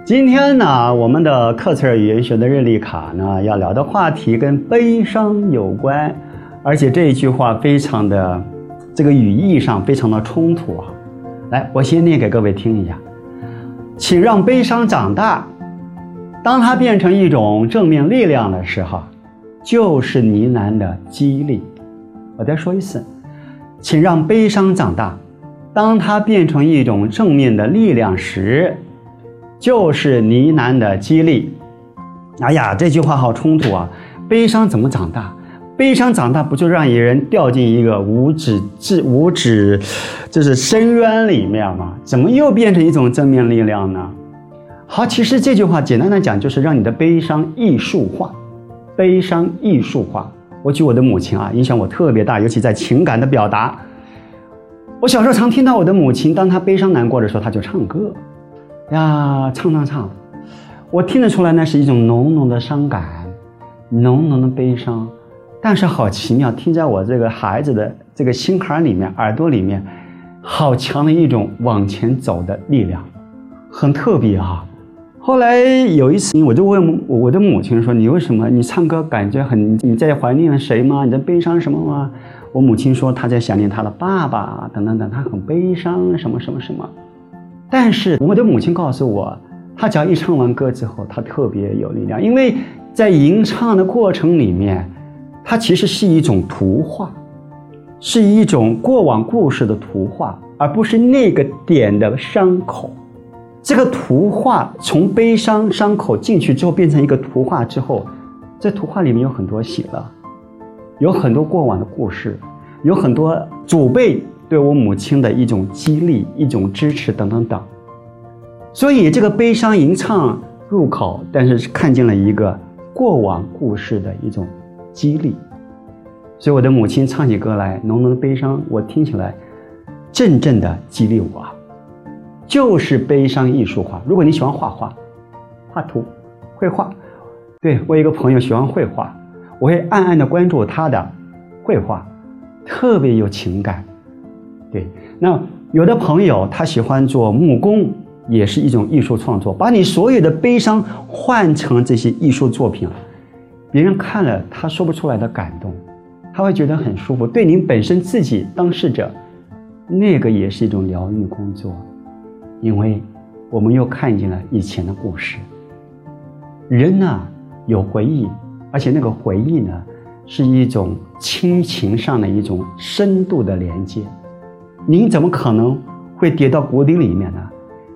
今天呢，我们的克塞尔语言学的日历卡呢，要聊的话题跟悲伤有关，而且这一句话非常的，这个语义上非常的冲突啊。来，我先念给各位听一下。请让悲伤长大，当它变成一种正面力量的时候，就是呢喃的激励。我再说一次，请让悲伤长大，当它变成一种正面的力量时，就是呢喃的激励。哎呀，这句话好冲突啊！悲伤怎么长大？悲伤长大不就让一人掉进一个无止就是深渊里面吗？怎么又变成一种正面力量呢？好，其实这句话简单的讲，就是让你的悲伤艺术化。悲伤艺术化。我举我的母亲啊，影响我特别大，尤其在情感的表达。我小时候常听到我的母亲，当她悲伤难过的时候，她就唱歌呀，唱。我听得出来，那是一种浓浓的伤感，浓浓的悲伤。但是好奇妙，听在我这个孩子的这个心坎里面、耳朵里面，好强的一种往前走的力量，很特别啊。后来有一次，我就问我的母亲说：“你为什么你唱歌感觉你在怀念谁吗？你在悲伤什么吗？”我母亲说她在想念她的爸爸等等等，她很悲伤什么。但是我的母亲告诉我，她只要一唱完歌之后，她特别有力量，因为在吟唱的过程里面，它其实是一种图画，是一种过往故事的图画，而不是那个点的伤口。这个图画从悲伤伤口进去之后变成一个图画之后，这图画里面有很多喜乐，有很多过往的故事，有很多祖辈对我母亲的一种激励、一种支持等等等。所以这个悲伤吟唱入口，但是看见了一个过往故事的一种激励。所以我的母亲唱起歌来，浓浓的悲伤，我听起来阵阵的激励我。就是悲伤艺术化。如果你喜欢画画、画图、绘画，对，我有一个朋友喜欢绘画，我会暗暗的关注他的绘画，特别有情感。对，那有的朋友他喜欢做木工，也是一种艺术创作，把你所有的悲伤换成这些艺术作品，别人看了他说不出来的感动，他会觉得很舒服。对您本身自己当事者，那个也是一种疗愈工作。因为我们又看见了以前的故事。人呢有回忆，而且那个回忆呢是一种亲情上的一种深度的连接。您怎么可能会跌到谷底里面呢？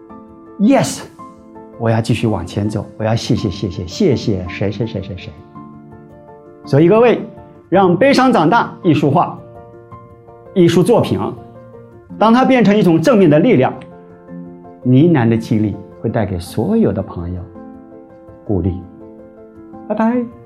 Yes， 我要继续往前走，我要谢谢谁。所以各位，让悲伤长大艺术化，艺术作品当它变成一种正面的力量，呢喃的激励会带给所有的朋友鼓励。拜拜。